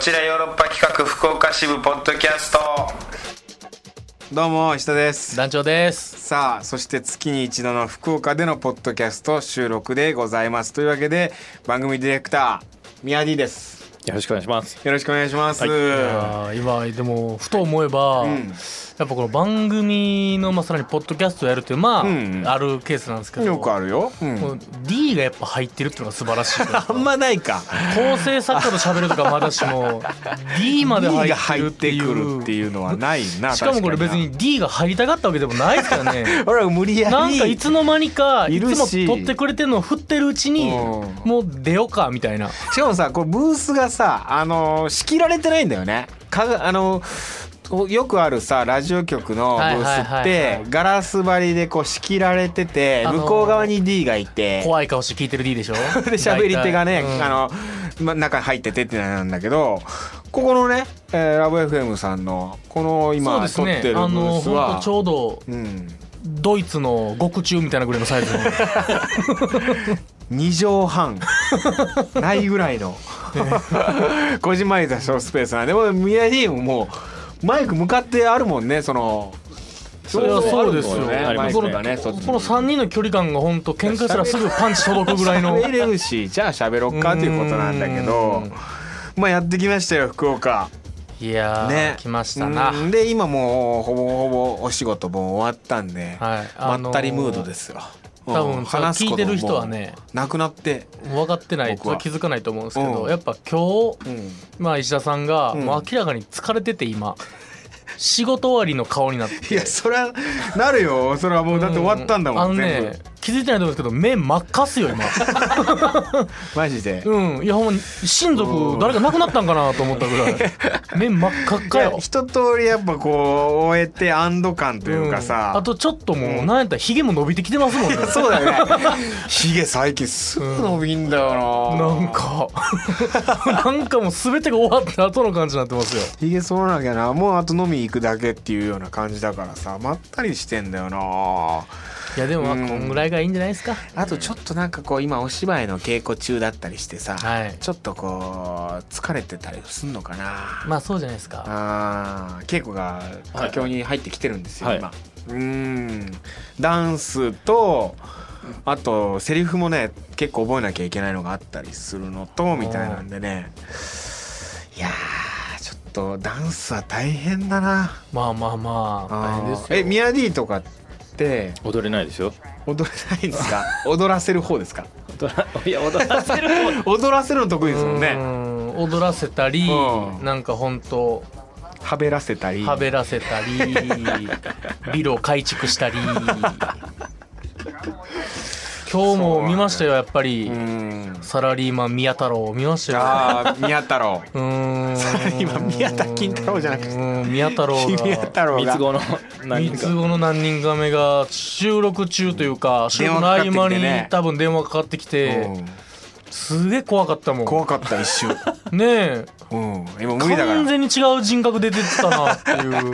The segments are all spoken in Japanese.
ちらヨーロッパ企画福岡支部ポッドキャスト。どうも石田です。 団長です。 さあそして月に一度の福岡でのポッドキャスト収録でございます。というわけで番組ディレクター宮 D です。 よろしくお願いします。 よろしくお願いします、 はい、今でもふと思えば、やっぱこの番組のさらにポッドキャストをやるっていうあるケースなんですけど、 よくあるよ、 D がやっぱ入ってるっていうのが素晴らしいあんまないか。 構成作家と喋るとかまだしも D まで入ってくるっていうのはないな。 しかもこれ別に D が入りたかったわけでもないですからね俺は無理やりなんかいつの間にかいつも撮ってくれてるのを振ってるうちにもう出ようかみたいな。 しかもさこれブースがさ仕切られてないんだよね。よくあるさラジオ局のブースってガラス張りでこう仕切られてて、向こう側に D がいて怖い顔して聞いてる D でしょで喋り手がね、中に入っててってなんだけど、ここのね、ラブ FM さんのこの今撮ってるブースはほんとちょうど、ドイツの獄中みたいなぐらいのサイズの 2畳半ないぐらいのこじんまりとしたスペースなんで、宮 D ももうマイク向かってあるもんね。それはそうですよね。 マイクがね、 この3人の距離感が本当喧嘩したらすぐパンチ届くぐらいの喋れるし、じゃあ喋ろっかということなんだけど、やってきましたよ福岡。 いやー、ね、来ましたな。 で今もうほぼほぼお仕事も終わったんで、まったりムードですよ。 多分聞いてる人はねなくなって分かってないと気づかないと思うんですけど、やっぱ今日、石田さんがもう明らかに疲れてて今仕事終わりの顔になって。 いやそりゃなるよ。それはもうだって終わったんだもん、全部。 気づいてないと思うんですけど目真っ赤っすよ今マジで。 いやほんま親族誰か亡くなったんかなと思ったぐらい目真っ赤っかよ。 一通りやっぱこう終えて安堵感というかさ、 あとちょっともうなんやったらヒゲも伸びてきてますもんねそうだよねヒゲ最近すぐ伸びんだよな、 なんかもう全てが終わった後の感じになってますよ。 ヒゲ剃らなきゃな、もうあと飲み行くだけっていうような感じだからさ、まったりしてんだよな。 いやでもこんぐらいがいいんじゃないですか。 あとちょっとなんかこう今お芝居の稽古中だったりしてさ、ちょっとこう疲れてたりすんのかな。 そうじゃないですか。 稽古が佳境に入ってきてるんですよ、今。ダンスとあとセリフもね結構覚えなきゃいけないのがあったりするのとみたいなんでね。いやーちょっとダンスは大変だな。 大変ですよ。 宮 D とかって踊れないですよ。 踊れないんですか踊らせる方ですかいや踊らせる方踊らせるの得意ですもんね。 踊らせたり、なんかほんとはべらせたりビルを改築したり今日も見ましたよやっぱり。サラリーマン宮太郎見ましたよ。 宮太郎サラリーマン宮田金太郎じゃなくて宮太郎が三つ子の何人か目が収録中というか収録の合間に多分電話かかってきて、すげえ怖かったもん。 怖かった一瞬ねえ、 今無理だから完全に違う人格出てたなっていう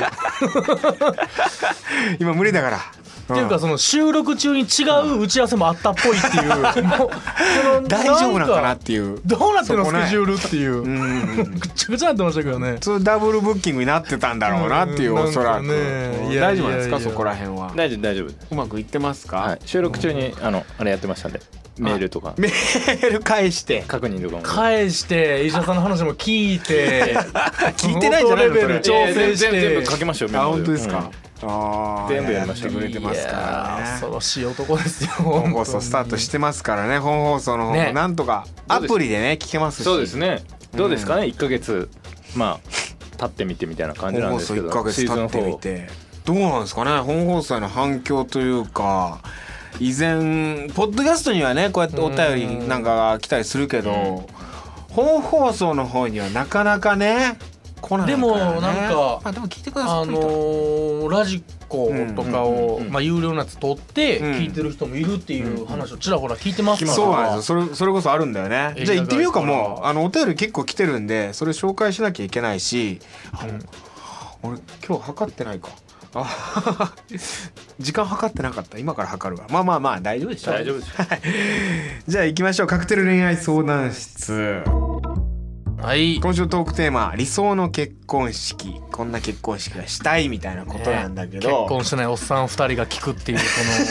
今無理だからっていうかその収録中に違う打ち合わせもあったっぽいっていうもう大丈夫なのかなっていう、 どうなってんのスケジュールっていうぐちゃぐちゃなってましたけどね。 ダブルブッキングになってたんだろうなっていう、おそらく。大丈夫なんですかそこら辺は。 大丈夫。 うまくいってますか。 収録中にあれやってましたんで、メールとかメール返して確認とかも返して石田さんの話も聞いて聞いてないんじゃないのそれ。 調整して全部書きましょう。 本当ですか。 全部やりましたくれてますからね。 恐ろしい男ですよ。 本放送スタートしてますからね。本放送の方もなんとかアプリでね聞けますし。 そうですね。どうですかね、1ヶ月経ってみてみたいな感じなんですけど、 本放送1ヶ月経ってみてどうなんですかね。本放送への反響というか、以前ポッドキャストにはねこうやってお便りなんかが来たりするけど、本放送の方にはなかなかね来ないからね。 でもなんかでも聞いてください。 ラジコとかを有料なやつ取って聞いてる人もいるっていう話をちらほら聞いてますから。 そうなんですよ。それこそあるんだよね。じゃあ行ってみようか。もうお便り結構来てるんでそれ紹介しなきゃいけないし、俺今日測ってないか。時間計ってなかった。今から測るわ。まあ大丈夫でしょ。 大丈夫です。 じゃあ行きましょう。カクテル恋愛相談室。 はい、 今週トークテーマ理想の結婚式、こんな結婚式がしたいみたいなことなんだけど、 結婚してないおっさん2人が聞くっていうこ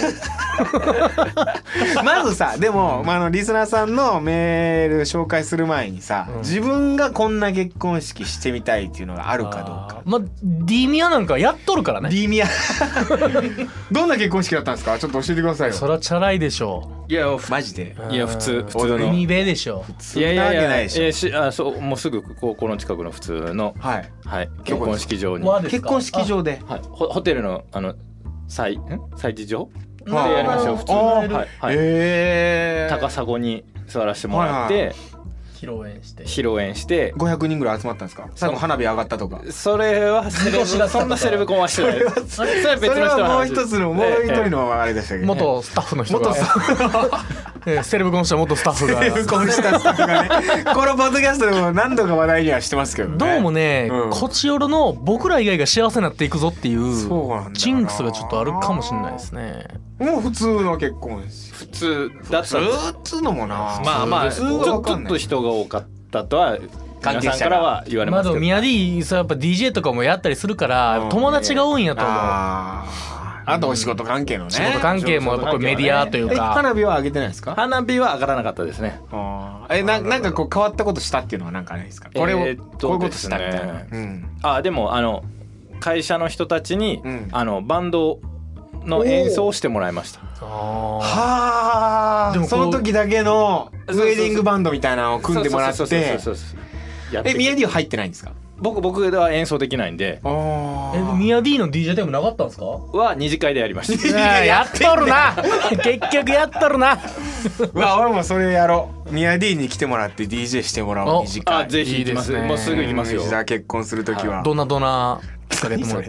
のまずさでも、リスナーさんのメール紹介する前にさ、自分がこんな結婚式してみたいっていうのがあるかどうか。 D ミヤなんかやっとるからね。 D ミヤどんな結婚式だったんですか、ちょっと教えてくださいよ。 そりゃチャラいでしょいやマジで。 いや普通の海辺でしょ。 いやいやいやそうもうすぐこの近くの普通の結婚式場に。 結婚式場で、 ホテルの催事場でやりましょう普通の。高砂に座らせてもらって披露宴して 500人ぐらい集まったんですか。最後花火上がったとか。 それはそんなセレブコンはしてない。それは別の人の話。 もう一人のあれでしたけど、 元スタッフの人がセレブコンした元スタッフがセレブコンしたスタッフがねこのポッドキャストでも何度か話題にはしてますけどね。 どうもね、こちよろの僕ら以外が幸せになっていくぞっていうジンクスがちょっとあるかもしれないですね。 もう普通の結婚式。 普通だった。 普通のもな。 ちょっと人が多かったとは皆さんからは言われますけど。 ミヤディさやっぱ DJ とかもやったりするから友達が多いんやと思う。 あとお仕事関係のね。 仕事関係もやっぱこれメディアというか。 花火は上げてないですか。 花火は上がらなかったですね。 なんかこう変わったことしたっていうのはなんかないですか。これをこういうことしたみたいな。でも会社の人たちにバンドの演奏をしてもらいました。 はあ。でもその時だけのウェディングバンドみたいなのを組んでもらって。ミヤディは入ってないんですか。 僕では演奏できないんで。 ミヤディの DJ タイムなかったんですか。 は二次会でやりました。 やっとるな結局やっとるな俺もそれやろう。ミヤディに来てもらって DJ してもらおう。二次会ぜひ行きます。もうすぐ行きますよ。 結婚する時はドナかけてもらって。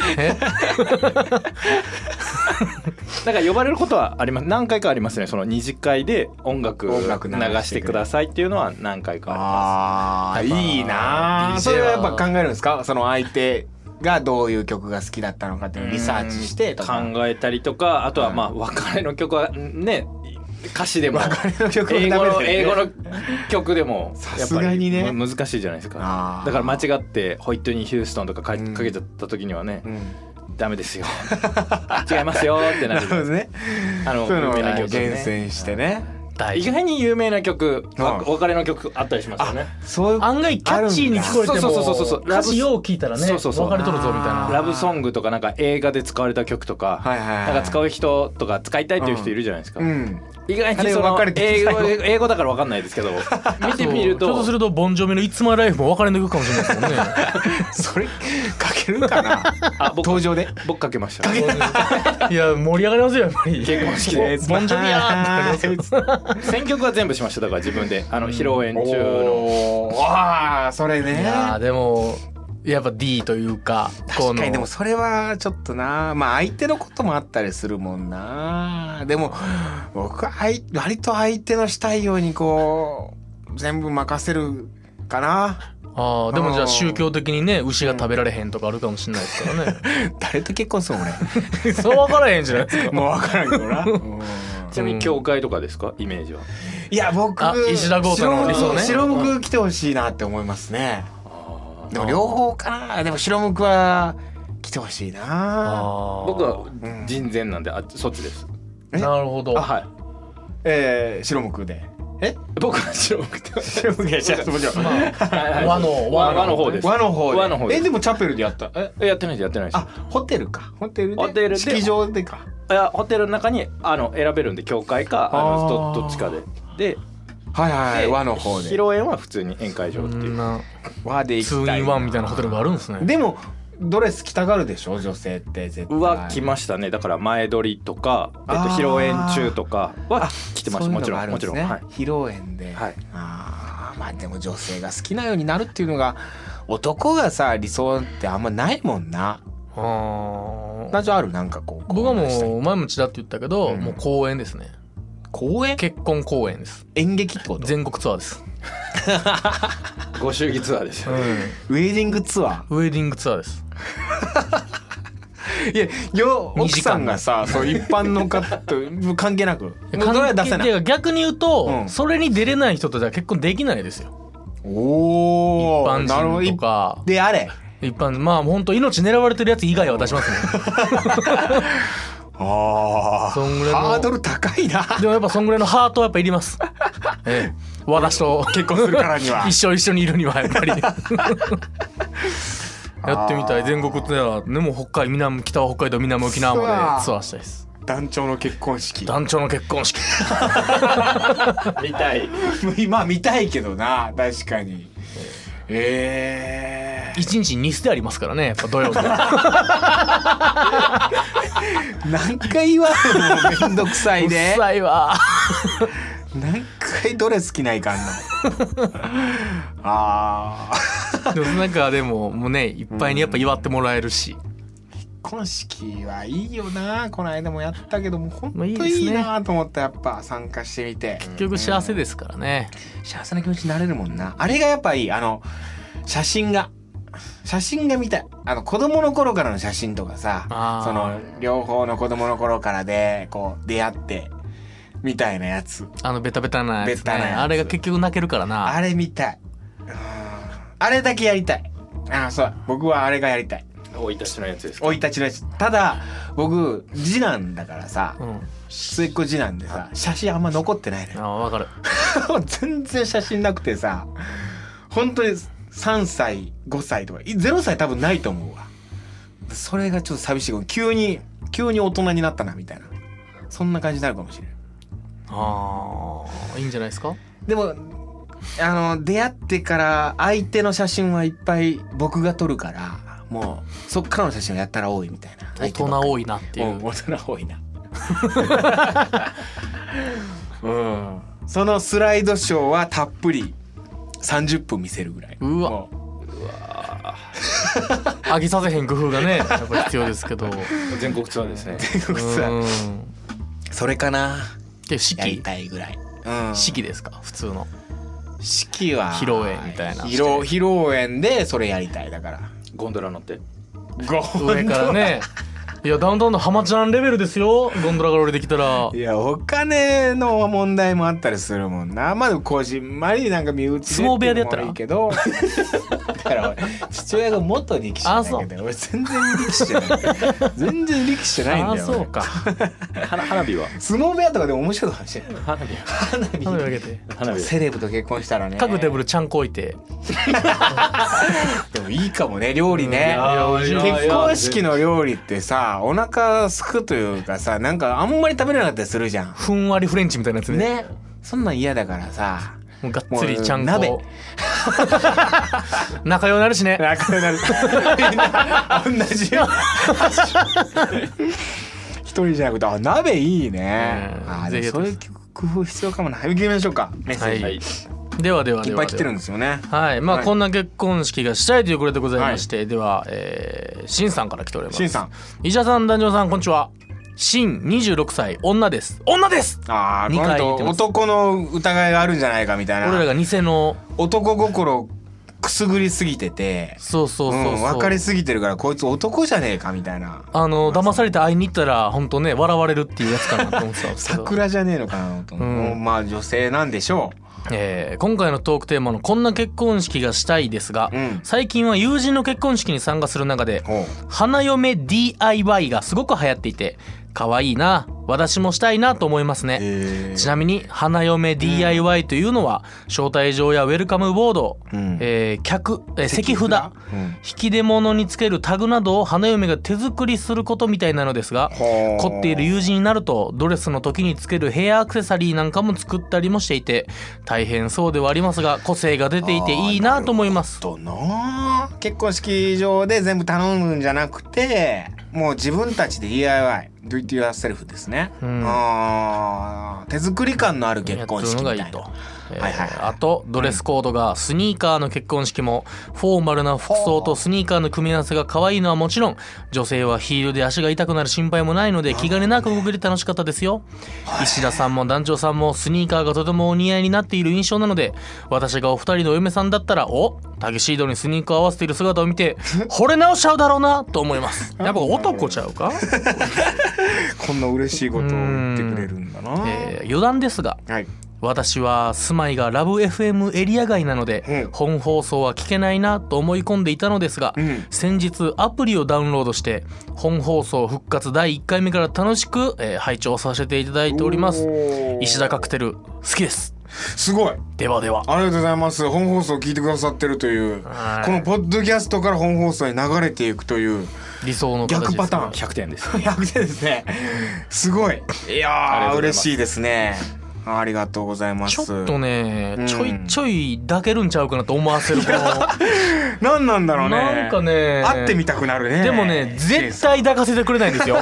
なんか呼ばれることはあります。何回かありますね。その二次会で音楽流してくださいっていうのは何回かあります。 いいな。それはやっぱ考えるんですか。その相手がどういう曲が好きだったのかっていうのをリサーチしてとか考えたりとか、あとは別れの曲はね、歌詞でも英語の曲でもやっぱり難しいじゃないですか。だから間違ってホイットニー・ヒューストンとかかけちゃった時にはね、ダメですよ違いますよってなる。 そうですね。そういうのを厳選してね。 意外に有名な曲、お別れの曲あったりしますよね。 案外キャッチーに聞こえても歌詞よう聞いたらね別れとるぞみたいな。 ラブソングとかなんか映画で使われた曲とかなんか使う人とか使いたいっていう人いるじゃないですか。意外にその英語だから分かんないですけど見てみるとちょっとするとボンジョビの「It's My Life」も別れの曲かもしれないですもんねそれかけるかな登場で僕かけましたいや盛り上がりますよやっぱり結婚式でボンジョビやーって選曲は全部しました。だから自分で披露宴中のそれね。 いやでもやっぱ D というか確かにでもそれはちょっとな相手のこともあったりするもんな。でも僕は割と相手のしたいようにこう全部任せるかな。 でもじゃあ宗教的にね牛が食べられへんとかあるかもしれないですからね誰と結婚するの俺そう分からへんじゃないですかもう分からんけどなちなみに教会とかですかイメージは。 いや僕石田豪太の理想ね。 白むく来てほしいなって思いますね。でも両方かな。でも白むくは来てほしいな。 僕は人前なんでそっちです。 なるほど。 はい白むくで僕は白むくって白むくやっちゃう。もちろん和の方です。 和の方ででもチャペルでやったやってないです。 ホテルか。ホテルで式場でか。 いやホテルの中に選べるんで教会かどっちかで和の方で。 披露宴は普通に宴会場っていう和で行きたい。 2in1 みたいなホテルがあるんですね。 でもドレス着たがるでしょ女性って絶対。 は着ましたね。だから前撮りとか披露宴中とかは着てました。もちろん披露宴ででも女性が好きなようになるっていうのが男がさ理想ってあんまないもんな。あるなんかこう僕はもう前もちらって言ったけどもう公演ですね。 公演？ 結婚公演です。 演劇ってこと？ 全国ツアーです。 ご祝儀ツアーですよ、 ウェディングツアー？ ウェディングツアーです。 いや奥さんがさそう一般の方と関係なく逆に言うと、それに出れない人とじゃ結婚できないですよ。 お一般人とかであれ一般まあ本当命狙われてるやつ以外は出しますねあそんぐらいのハードル高いな。 でもやっぱそんぐらいのハートはやっぱいります、私と結婚するからには一緒にいるにはやっぱりやってみたい。全国ツアーね、もう北海南北は北海道南沖縄までツアーしたいです。 団長の結婚式団長の結婚式見たい今見たいけどな。確かに 1日2ステありますからね、やっぱ土曜日何回言われるのめんどくさいね。 うっさいわ何回どれ好きないかんのあでもなんかでももうねいっぱいにやっぱ祝ってもらえるし、 結婚式はいいよな。この間もやったけども本当いいですねいいなと思った。やっぱ参加してみて結局幸せですからね、 幸せな気持ちになれるもんな。あれがやっぱいい。写真が見たい。子供の頃からの写真とかさ、その両方の子供の頃からでこう出会ってみたいなやつ、 ベタベタなやつね。 ベタなやつあれが結局泣けるからな。 あれ見たい。あれだけやりたい。そう僕はあれがやりたい。 生い立ちのやつですか。 生い立ちのやつ。ただ僕次男だからさ、末っ子次男でさ、写真あんま残ってないのよ。 わかる全然写真なくてさ、本当に3歳5歳とか0歳多分ないと思うわ。それがちょっと寂しい。急に大人になったなみたいな、そんな感じになるかもしれない。 いいんじゃないですか。 でも出会ってから相手の写真はいっぱい僕が撮るから、もうそっからの写真をやったら多いみたいな。 大人多いなっていう。 大人多いなそのスライドショーはたっぷり30分見せるぐらい。 うわ飽きさせへん工夫がねやっぱ必要ですけど全国ツアーですね。 全国ツアーそれかな。 式やりたいぐらい。 式ですか。普通の式は披露宴みたいな。 披露宴でそれやりたい。だからゴンドラ乗って上からねいやダウンタウンの浜ちゃんレベルですよ、ゴンドラが降りてきたら。 いやお金の問題もあったりするもんな。まあでもこじんまりなんか身内で相撲部屋でやったらいいけどだから俺父親が元力士なんだけど、俺全然力士じゃない全然力士じゃないんだよ。 そうか花火は相撲部屋とかでも面白いかもしれない。 花火あげてセレブと結婚したらね、 各テーブルちゃんこ置いてでもいいかもね、料理ね。結婚式の料理ってさ、お腹すくというかさ、なんかあんまり食べれなかったりするじゃん。 ふんわりフレンチみたいなやつね。そんなん嫌だからさ、 もうがっつりちゃんこ鍋仲良くなるしね。 仲良くなるみんな同じ一人じゃなくて、鍋いいね。 ぜひそういう工夫必要かもな。行きましょうか、メッセージ。 はい、ではいっぱい来てるんですよね。 はい、まあ、こんな結婚式がしたいということでございまして、では、しんさんから来ております。 しんさん、 医者さん、男女さん、こんにちは。しん26歳女です。女です。 ああ、この人男の疑いがあるんじゃないかみたいな。 俺らが偽の男心くすぐりすぎてて、 そう分かりすぎてるから、こいつ男じゃねえかみたいな。 騙されて会いに行ったら本当ね笑われるっていうやつかなと思ってたんですけど桜じゃねえのかなと、まあ女性なんでしょう。 今回のトークテーマのこんな結婚式がしたいですが、最近は友人の結婚式に参加する中で花嫁 DIY がすごく流行っていて、可愛いな、私もしたいなと思いますね。ちなみに花嫁 DIY というのは招待状やウェルカムボード、席札、引き出物につけるタグなどを花嫁が手作りすることみたいなのですが、凝っている友人になるとドレスの時につけるヘアアクセサリーなんかも作ったりもしていて、大変そうではありますが個性が出ていていいなと思います。 結婚式場で全部頼むんじゃなくて、もう自分たちで DIY Do it yourself ですね。手作り感のある結婚式みたいな。 あとドレスコードがスニーカーの結婚式もフォーマルな服装とスニーカーの組み合わせが可愛いのはもちろん、女性はヒールで足が痛くなる心配もないので気兼ねなく動けて楽しかったですよ。石田さんも団長さんもスニーカーがとてもお似合いになっている印象なので、私がお二人のお嫁さんだったらタキシードにスニーカーを合わせている姿を見て惚れ直しちゃうだろうなと思います。やっぱ男ちゃうかこんな嬉しいことを言ってくれるんだな。 余談ですが、 私は住まいがラブ FM エリア外なので、本放送は聞けないなと思い込んでいたのですが、先日アプリをダウンロードして本放送復活第1回目から楽しく、拝聴させていただいております。石田カクテル好きです。 すごい。 ではでは。 ありがとうございます。本放送を聞いてくださってるという、このポッドキャストから本放送に流れていくという理想の逆パターン。 100点です。 100点ですね。すごい。いやー嬉しいですね。ありがとうございます。 ちょっとね、ちょいちょい抱けるんちゃうかなと思わせるこの何なんだろうね。 なんかね、 会ってみたくなるね。 でもね、絶対抱かせてくれないんですよ。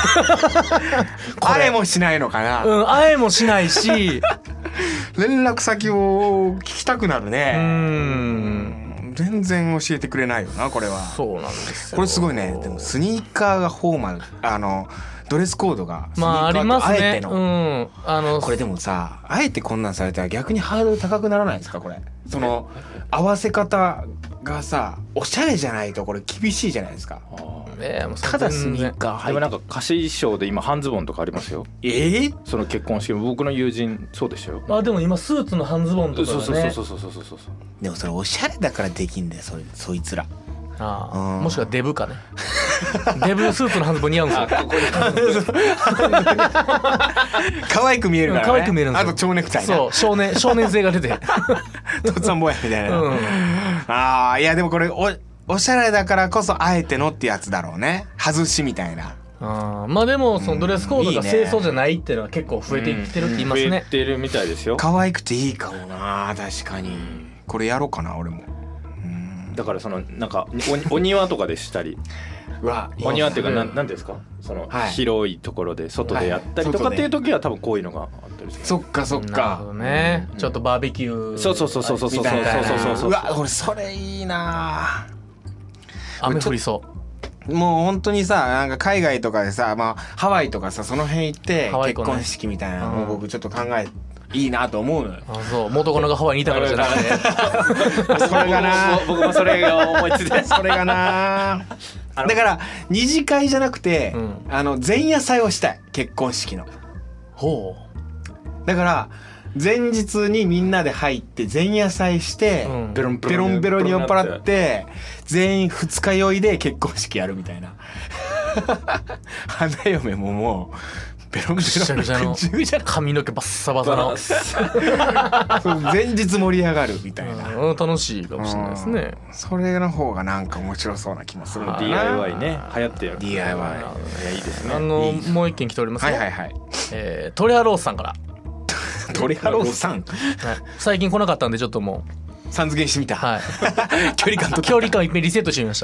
会えもしないのかな。 会えもしないし、 連絡先を聞きたくなるね。全然教えてくれないよなこれは。 そうなんですよ。 これすごいね。でもスニーカーがフォーマル、ドレスコードがまあありますね。あえての、これでもさ、あえてこんなんされたら逆にハードル高くならないですかこれ。その合わせ方がさ、おしゃれじゃないとこれ厳しいじゃないですか。ただスニーカーでもなんか貸し衣装で今半ズボンとかありますよ。その結婚式も僕の友人そうでしたよ。 でも今スーツの半ズボンとかね。 そう。 でもそれおしゃれだからできんだよそいつら。 もしくはデブかね。デブスーツの半ズボン似合うんですよ。 可愛く見えるからね。 可愛く見えるんですよ。 あと蝶ネクタイ。 そう、少年性が出て。 とっつぁん坊やみたいな。いやでもこれおしゃれだからこそあえてのってやつだろうね。外しみたいな。 まあでもそのドレスコードが清楚じゃないっていうのは結構増えていってるって言いますね。 増えてるみたいですよ。 可愛くていいかもな。確かにこれやろうかな俺も。 だからそのなんかお庭とかでしたりお庭っていうかなんですか、その広いところで外でやったりとかっていう時は多分こういうのがあったりする。 そっかそっか。 なるほどね。ちょっとバーベキュー。 そう。 うわ俺それいいな。 雨降りそう。 もう本当にさ、なんか海外とかでさ、ハワイとかさ、その辺行って結婚式みたいなのを僕ちょっと考えいいなと思うのよ。 そう、元カノがハワイにいたからじゃなくて。 それがな。 僕もそれが思いついて。 それがな。だから二次会じゃなくて、前夜祭をしたい、結婚式の。 ほう。だから前日にみんなで入って前夜祭して、ベロンベロンに酔っ払って全員二日酔いで結婚式やるみたいな。花嫁ももうベロンベロン、ぐちゃぐちゃの髪の毛バッサバサの前日盛り上がるみたいな。 楽しいかもしれないですね。 それの方がなんか面白そうな気もする。 DIY ね、流行ってる DIY。 いいですね。 もう一件来ておりますよ。 はい。 トレハロースさんから。 トレハローさん、 最近来なかったんでちょっともうさん付けしてみた。距離感を一遍リセットしてみました。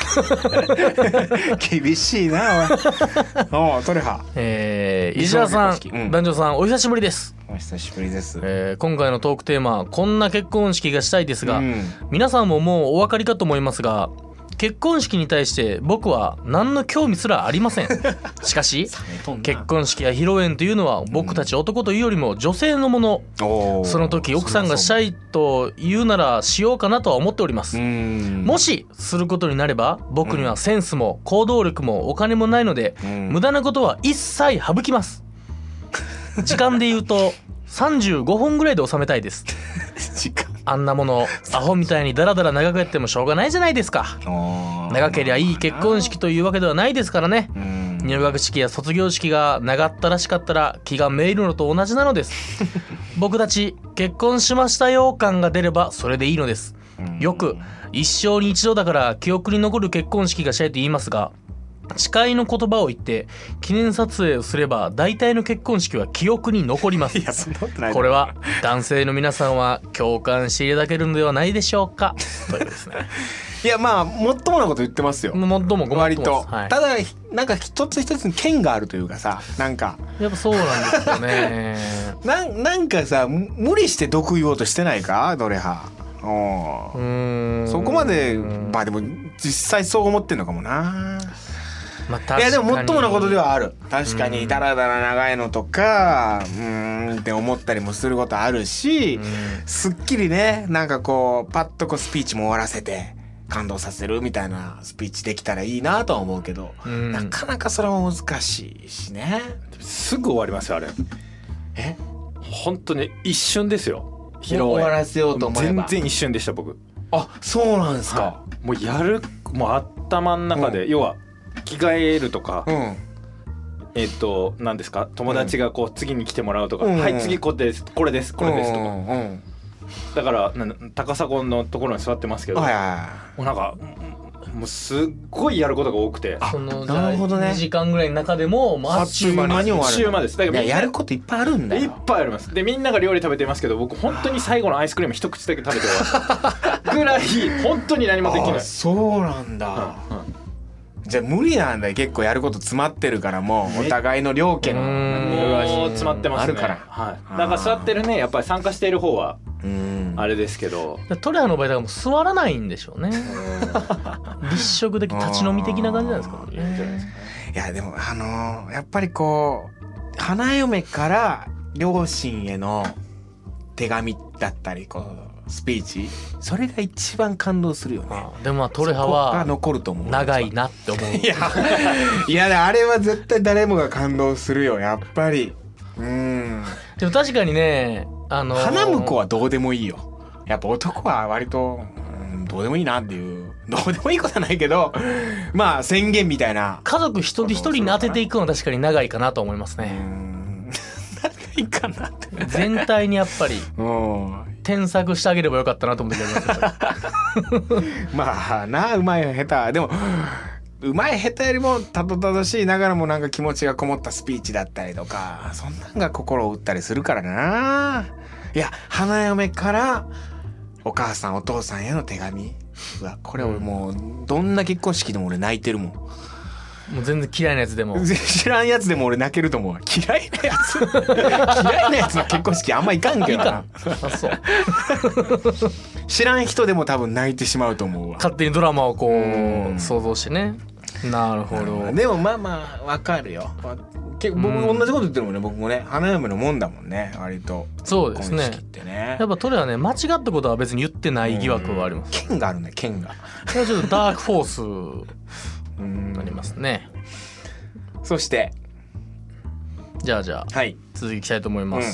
厳しいなおい。トレハ。 石田さん、男女さん、お久しぶりです。 お久しぶりです。 今回のトークテーマ、こんな結婚式がしたいですが、皆さんももうお分かりかと思いますが、結婚式に対して僕は何の興味すらありません。しかし結婚式や披露宴というのは僕たち男というよりも女性のもの、その時奥さんがしたいと言うならしようかなとは思っております。もしすることになれば僕にはセンスも行動力もお金もないので、無駄なことは一切省きます。時間で言うと35分ぐらいで収めたいです。あんなものアホみたいにダラダラ長くやってもしょうがないじゃないですか。長けりゃいい結婚式というわけではないですからね。入学式や卒業式が長ったらしかったら気がめいるのと同じなのです。僕たち結婚しましたよ感が出ればそれでいいのです。よく一生に一度だから記憶に残る結婚式がしたいと言いますが、誓いの言葉を言って記念撮影をすれば大体の結婚式は記憶に残ります。 いやそんなことない。 これは男性の皆さんは共感していただけるのではないでしょうか。というですね。 いやまあもっともなこと言ってますよ。 もっとも割と、ただなんか一つ一つに剣があるというかさ、なんかやっぱそうなんですよね。 なんかさ無理して毒言おうとしてないかドレハ。そこまででも実際そう思ってんのかもな。いやでももっともなことではある。確かにダラダラ長いのとかって思ったりもすることあるし、すっきりねなんかこうパッとこうスピーチも終わらせて感動させるみたいなスピーチできたらいいなとは思うけど、なかなかそれも難しいしね。 すぐ終わりますよあれ。 本当に一瞬ですよ。 終わらせようと思えば全然一瞬でした僕。 あ、そうなんですか。 もうもう頭の中で、要は着替えるとか、何ですか、友達がこう次に来てもらうとか、はい次これですとか、だから高砂のところに座ってますけど、もうなんかもうすっごいやることが多くて、 なるほどね。2時間ぐらいの中でもあっちゅう間に終わる。 あっちゅう間です。だからやることいっぱいあるんだよ。 いっぱいあります。でみんなが料理食べてますけど、僕本当に最後のアイスクリーム一口だけ食べて終わったぐらい本当に何もできない。 そうなんだ。じゃあ無理なんだよ。結構やること詰まってるから、もうお互いの両家のもう詰まってますね。 あるから。 だから座ってるね、やっぱり参加している方はあれですけど、 トレアの場合だからもう座らないんでしょうね。立食的立ち飲み的な感じなんですかね。 いやでもやっぱりこう花嫁から両親への手紙だったり、こうスピーチ、それが一番感動するよね。 でもトレハは残ると思う。 長いなって思う。 いやあれは絶対誰もが感動するよ、やっぱり。 でも確かにね、 花婿はどうでもいいよ。やっぱ男は割と、どうでもいいなっていう、どうでもいいことはないけど、まあ宣言みたいな。 家族一人一人に当てていくのは確かに長いかなと思いますね。 長いかなって。 全体にやっぱり添削してあげればよかったなと思ってまあな、うまい下手でもうまい下手よりもたどたどしいながらもなんか気持ちがこもったスピーチだったりとか、そんなんが心を打ったりするからな。いや、花嫁からお母さんお父さんへの手紙、これ俺もうどんな結婚式でも俺泣いてるもん。 もう全然嫌いなやつでも知らんやつでも俺泣けると思う。嫌いなやつ嫌いなやつの結婚式あんまいかんけどな。 そう知らん人でも多分泣いてしまうと思うわ。 勝手にドラマをこう想像してね。なるほど。 でもまあわかるよ。結構僕同じこと言ってるもんね。僕もね、花嫁のもんだもんね、割と。 そうですね。やっぱトレはね、間違ったことは別に言ってない疑惑はあります。 剣があるね、剣が。 ちょっとダークフォースありますね。 そしてじゃあ、はい、続きいきたいと思います。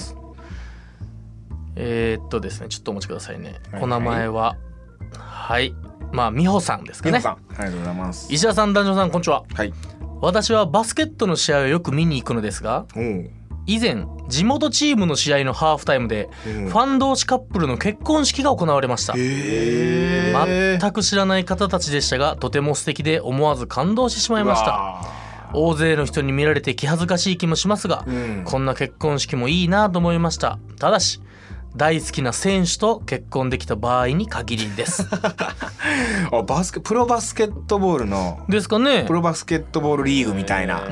ですね、ちょっとお待ちくださいね。お名前は美穂さんですかね。 美穂さん、ありがとうございます。 石田さん、男女さん、こんにちは。 はい。 私はバスケットの試合をよく見に行くのですが、以前地元チームの試合のハーフタイムでファン同士カップルの結婚式が行われました。全く知らない方たちでしたが、とても素敵で思わず感動してしまいました。大勢の人に見られて気恥ずかしい気もしますが、こんな結婚式もいいなと思いました。ただし大好きな選手と結婚できた場合に限りです。 プロバスケットボールのですかね。 プロバスケットボールリーグみたいな。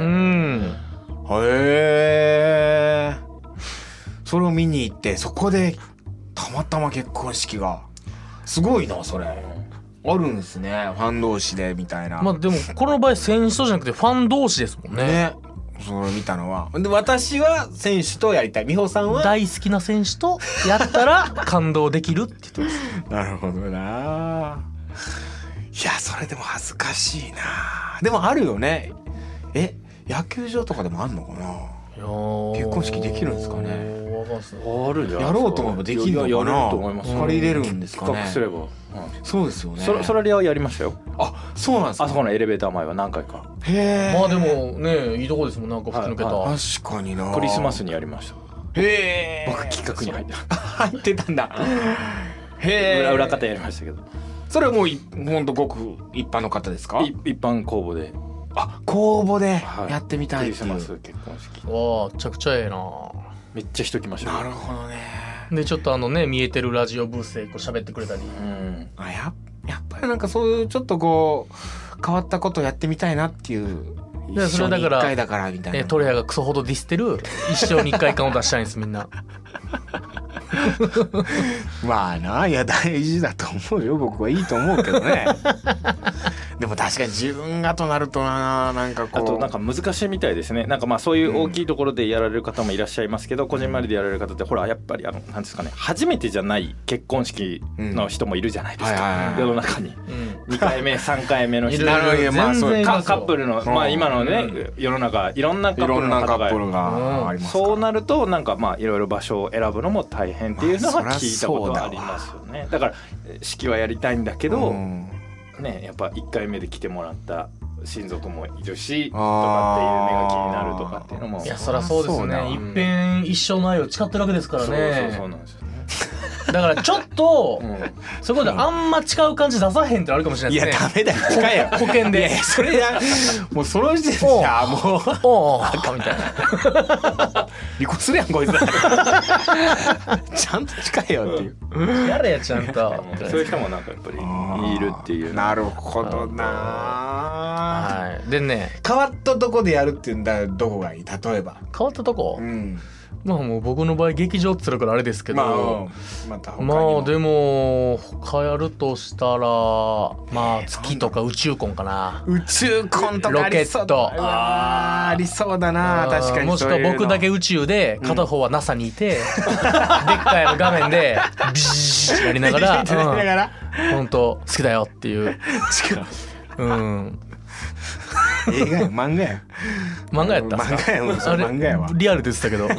へえ。それを見に行って、そこでたまたま結婚式が、すごいなそれ。あるんですね、ファン同士でみたいな。 まあでもこの場合選手とじゃなくてファン同士ですもんね。 それ見たのは。で、私は選手とやりたい。美穂さんは大好きな選手とやったら感動できるって言ってます。 なるほどな。いや、それでも恥ずかしいな。でもあるよね。野球場とかでもあんのかな。結婚式できるんですかね。 あるじゃん。 やろうと思えばできるのかな。 やれると思います。 借りれるんですかね。 企画すれば。 そうですよね。 それはやりましたよ。 あ、そうなんですか。 あそこのエレベーター前は何回か。 へえ。まあでもね、いいとこですもん、なんか吹き抜けた。 確かにな。 クリスマスにやりました。 へえ。 僕企画に入ってたんだ。へえ。 裏方やりましたけど。 それはもうほんとごく一般の方ですか。 一般公募で。 公募でやってみたいっていう。 クリスマス結婚式。 わあ、めちゃくちゃええな。 めっちゃ人来ました。 なるほどね。 でちょっと見えてるラジオブースでこう喋ってくれたり。 やっぱりなんかそういうちょっとこう変わったことをやってみたいなっていう。 それだから 1回だからみたいな。 トレアがクソほどディスってる一生に1回感を出したいんですみんな。 まあな、いや大事だと思うよ。僕はいいと思うけどね。 でも確かに自分がとなるとなんかこうあとなんか難しいみたいですね。なんかまあそういう大きいところでやられる方もいらっしゃいますけど、こじんまりでやられる方ってほらやっぱりなんですかね、初めてじゃない結婚式の人もいるじゃないですか、世の中に、2回目3回目の人全然いますよカップルのまあ今のね世の中いろんなカップルの方がありますから、 そうなるとなんかまあいろいろ場所を選ぶのも大変っていうのは聞いたことがありますよね。だから式はやりたいんだけど、ね、やっぱ1回目で来てもらった親族もいるしとかっていう目が気になるとかっていうのも、 いやそりゃそうですね。いっぺん一生の愛を誓ってるわけですからね。 そうなんですよね。 だからちょっと、そこであんま誓う感じ出さへんってあるかもしれないですね。 いやダメだよ、誓えよ保険で。 それやもうその時点でもうおーみたいな。 離婚するやんこいつちゃんと誓えよっていうやれやちゃんと。 そういう人もなんかやっぱりいるっていう。 なるほどな。 はい。でね、 変わったとこでやるっていうんだ、どこがいい？例えば変わったとこ、まあもう僕の場合劇場って言ったからあれですけど、まあでも他やるとしたらまあ月とか宇宙婚かな。 宇宙婚とかロケットありそうだな。確かに。 もしくは僕だけ宇宙で片方は NASA にいて、でっかい画面でビシッやりながら本当好きだよっていう。 映画や漫画や漫画やったっすか？ 漫画やわ。 リアルでしたけど。 宇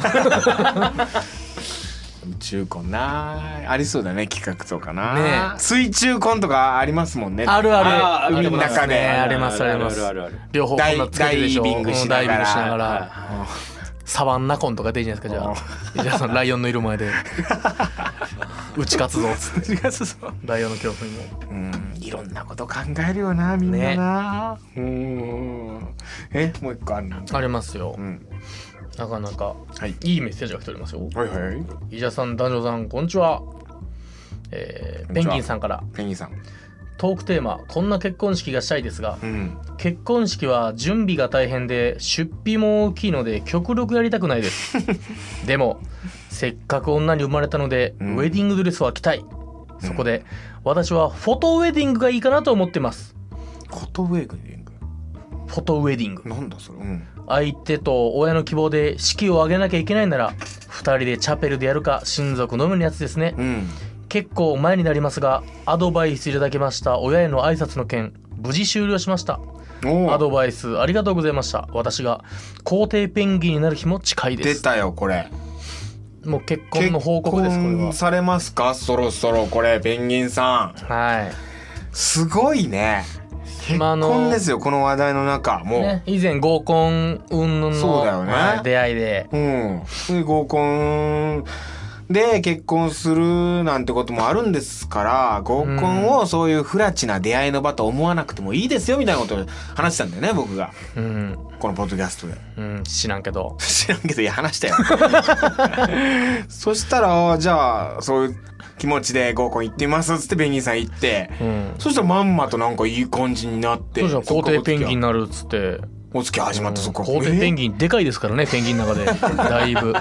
宙婚なありそうだね、企画とかな、ね、水中婚とかありますもんね。 あるある。 海の中でありますあります。両方こんなつけてでしょ。 ダイビングしながらサバンナ婚とかでいいじゃないですか。じゃあライオンのいる前で打ち勝つぞっつってライオンの恐怖にも。 いろんなこと考えるよなみんなな、もう一個あるな。 ありますよ、なかなか、いいメッセージが来ておりますよ。伊者さん、男女さん、こんにちは。ペンギンさんから。 ペンギンさん、 トークテーマ、こんな結婚式がしたいですが、結婚式は準備が大変で出費も大きいので極力やりたくないですでもせっかく女に生まれたので、ウェディングドレスは着たい。そこで、私はフォトウェディングがいいかなと思ってます。 フォトウェディング？ フォトウェディングなんだそれ、 相手と親の希望で式を挙げなきゃいけないなら2人でチャペルでやるか親族のみのやつですね、結構前になりますがアドバイスいただきました親への挨拶の件無事終了しました。アドバイスありがとうございました。私が皇帝ペンギンになる日も近いです。 出たよこれ。 もう結婚の報告です。これは結婚されますか？そろそろこれペンギンさん。すごいね。結婚ですよ、この話題の中もう、 ね、以前合コン云々のそうだよね、 出会いで、 合コンで結婚するなんてこともあるんですから、合コンをそういう不埒な出会いの場と思わなくてもいいですよみたいなことを話したんだよね、僕が、このポッドキャストで。 知らんけどいや話したよそしたらじゃあそういう気持ちで合コン行ってみますっつってペンギンさん行って、そしたらまんまとなんかいい感じになって、 そうじゃん皇帝ペンギンになるっつってお付き合い始まった。そこ皇帝ペンギンでかいですからね、ペンギンの中でだいぶ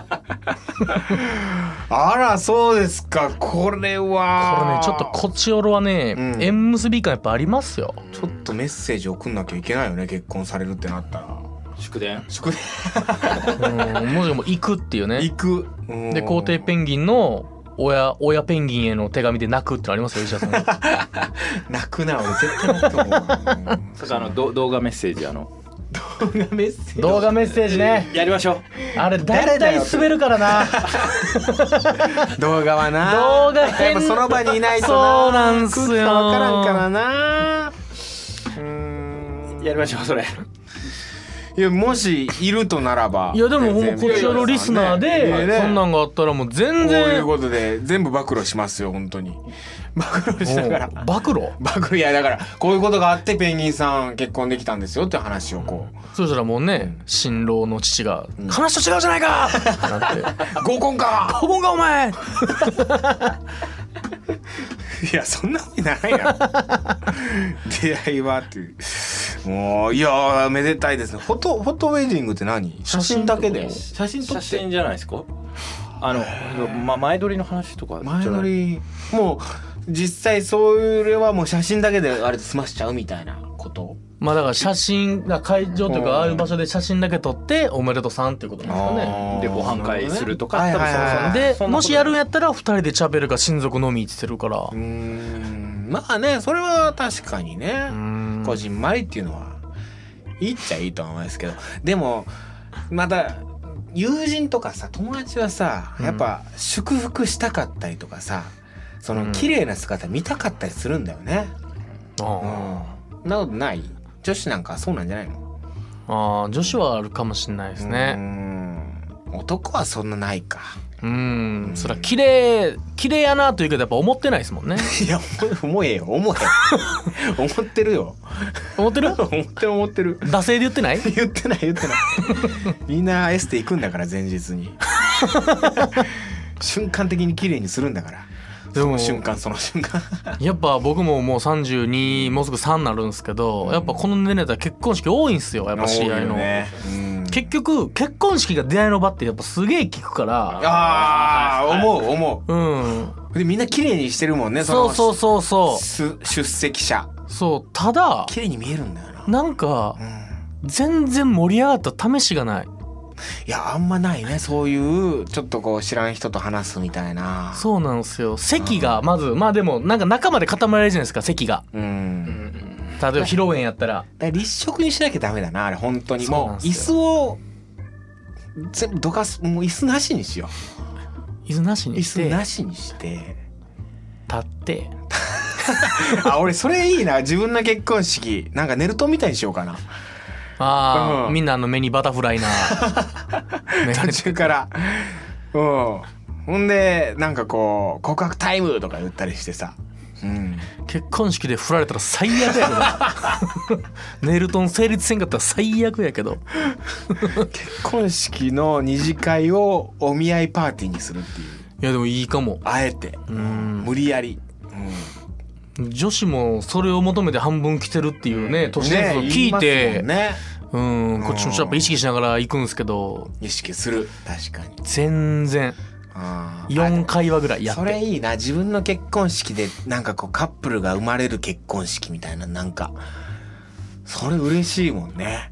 あらそうですか。これねちょっとこっちおろはね、縁結び感やっぱありますよ。 ちょっとメッセージ送んなきゃいけないよね、結婚されるってなったら。 祝電もしくは行くっていうね。 行くで皇帝ペンギンの親ペンギンへの手紙で泣くってありますよ、石田さん。 泣くな、俺絶対泣くと思う。 それ動画メッセージ動画メッセージね、 やりましょう。 あれ大体滑るからな動画はな、 動画やっぱその場にいないとな、 そうなんすよ、 空気感わからんからな。 やりましょうそれ。 いやもしいるとならば、 いやでもこちらのリスナーでそんなんがあったらもう全然こういうことで全部暴露しますよ、本当に暴露しながら。 暴露いやだからこういうことがあってペンギンさん結婚できたんですよって話をこう、 そしたらもうね、新郎の父が話と違うじゃないかなって合コンかお前いやそんなふうにならないや出会いはっていう。もういやめでたいですね。フォトウェディングって何？写真だけで？写真撮って？ 写真じゃないですか。前撮りの話とか。 前撮りもう実際それはもう写真だけであれ済ましちゃうみたいなこと。 まあだから写真会場というかああいう場所で写真だけ撮っておめでとうさんっていうことなんですかね。 でご飯会するとか、 でもしやるんやったら2人でチャペルか親族のみって言ってるから、 まあねそれは確かにねこじんまりっていうのはいいっちゃいいとは思いますけど、でもまた友人とかさ友達はさやっぱ祝福したかったりとかさ、その綺麗な姿見たかったりするんだよね。そんなことない？女子なんかそうなんじゃないの？ 女子はあるかもしれないですね。 男はそんなないか。 そりゃ綺麗やなというけどやっぱ思ってないですもんね。 いや思えよ思ってるよ。 思ってる思ってる。 惰性で言ってない？ 言ってないみんなエステ行くんだから前日に瞬間的に綺麗にするんだから。その瞬間やっぱ僕ももう32もうすぐ3になるんですけど、やっぱこの年齢だったら結婚式多いんすよやっぱ試合の、結局結婚式が出会いの場ってやっぱすげえ聞くから。 思うでみんな綺麗にしてるもんね。 そう出席者ただ綺麗に見えるんだよな。 なんか、全然盛り上がった試しがない。 いやあんまないねそういうちょっとこう知らん人と話すみたいな。 そうなんですよ。席がまずまあでもなんか中まで固まられるじゃないですか席が。例えば披露宴やったら立食にしなきゃダメだなあれ本当に。もう椅子を全部どかす、もう椅子なしにしよう。椅子なしにして立って俺それいいな。自分の結婚式なんかネルトンみたいにしようかな。 みんな目にバタフライな途中からほんでなんかこう告白タイムとか言ったりしてさ、 結婚式で振られたら最悪やけどネルトン成立せんかったら最悪やけど結婚式の二次会をお見合いパーティーにするっていう。 いやでもいいかも。 あえて無理やり、 女子もそれを求めて半分来てるっていうね都市伝説を聞いて、こっちもやっぱ意識しながら行くんですけど、 意識する。確かに全然4会話ぐらいやって。 それいいな。自分の結婚式でなんかこうカップルが生まれる結婚式みたいな、なんかそれ嬉しいもんね。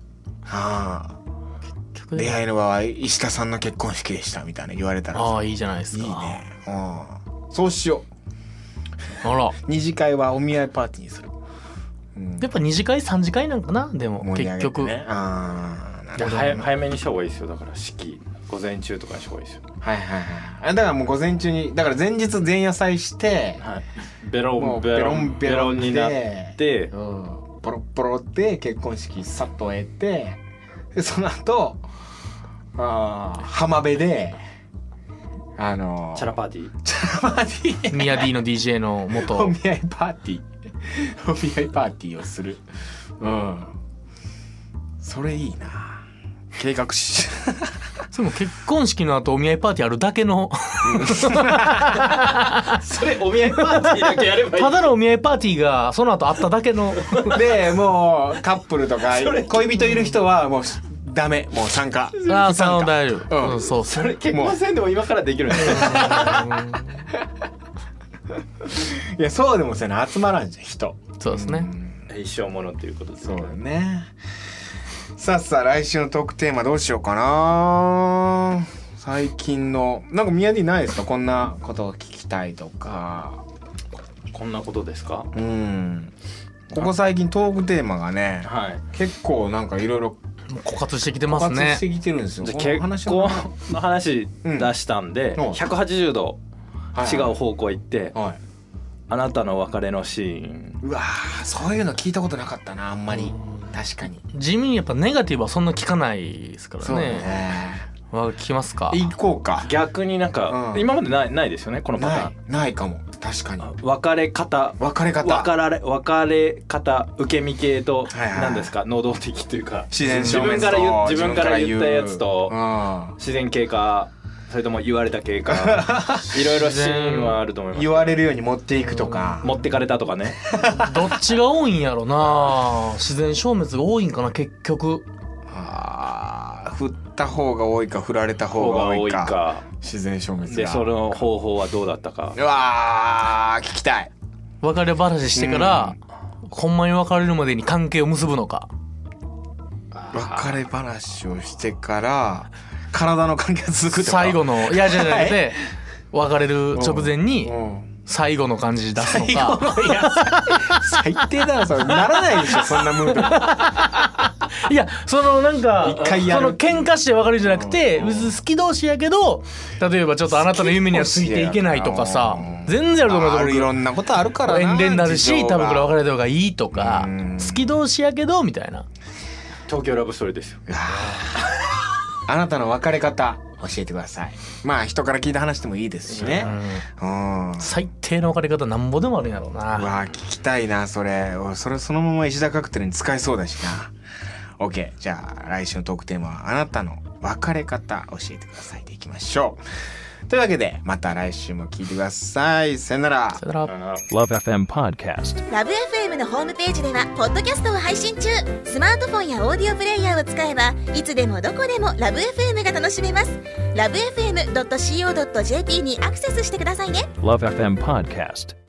出会いの場合石田さんの結婚式でしたみたいな言われたらいいじゃないですか。いいね。 そうしよう。二次会はお見合いパーティーにする。 やっぱ二次会3次会なんかな。でも結局早めにした方がいいですよ。だから式午前中とかにした方がいいですよ。 だからもう午前中に、だから前日前夜祭して、 ベロンになってポロポロって結婚式さっと終えて、でその後浜辺でチャラパーティーミヤ D の DJ の元お見合いパーティーをする。それいいな。計画しそれも結婚式の後お見合いパーティーあるだけのそれお見合いパーティーだけやればいい。 ただのお見合いパーティーがその後あっただけのでもうカップルとか恋人いる人はもうダメ、もう参加。 大丈夫。そうそれ結婚せんでも今からできるんですよ。 いやそうでもせな集まらんじゃん人。 そうですね。 一生ものっていうことですね。そうだね。さあ来週のトークテーマどうしようかな。最近のなんか宮城ないですか？こんなことを聞きたいとか。 こんなことですか？ ここ最近トークテーマがね、結構なんかいろいろ枯渇してきてますね。 枯渇してきてるんですよ。 結婚の話出したんで、180度違う方向行って、あなたの別れのシーン。 うわそういうの聞いたことなかったなあんまり。確かに地味にやっぱネガティブはそんな聞かないですからね。そうね。聞きますか？ 行こうか。 逆になんか、今までないですよねこのパターン。 ないかも。確かに別れ方受け身系と何ですか、能動的というか自分から言ったやつと自然系かそれとも言われた系かいろいろシーンはあると思います。 言われるように持っていくとか持ってかれたとかね。 どっちが多いんやろな。自然消滅が多いんかな結局。 振った方が多いか振られた方が多いか自然消滅が。 でその方法はどうだったか。 うわ聞きたい。 別れ話してから、 ほんまに別れるまでに関係を結ぶのか。 別れ話をしてから体の関係が続くってこと。 最後のいやじゃなくて別れる直前に最後の感じ出すのか。 いや最低だなそれ。ならないでしょそんなムード。 いやそのなんか一回やるその喧嘩して別れるじゃなくて別に好き同士やけど例えばちょっとあなたの夢にはついていけないとかさ全然あると思う。 いろんなことあるからな。 遠慮になるし多分これ別れた方がいいとか好き同士やけどみたいな。 東京ラブストーリーですよ。 あなたの別れ方教えてください。まあ人から聞いた話でもいいですしね。 最低の別れ方なんぼでもあるんやろうな。 うわ聞きたいなそれ。そのまま石田カクテルに使えそうだしな。OK じゃあ来週のトークテーマはあなたの別れ方教えてくださいでいきましょう。というわけでまた来週も聞いてください。さよなら。 さよなら。 LoveFM Podcast。 ラブ FM のホームページではポッドキャストを配信中。スマートフォンやオーディオプレイヤーを使えばいつでもどこでもラブ FM が楽しめます。ラブ FM.co.jp にアクセスしてくださいね。 LoveFM Podcast。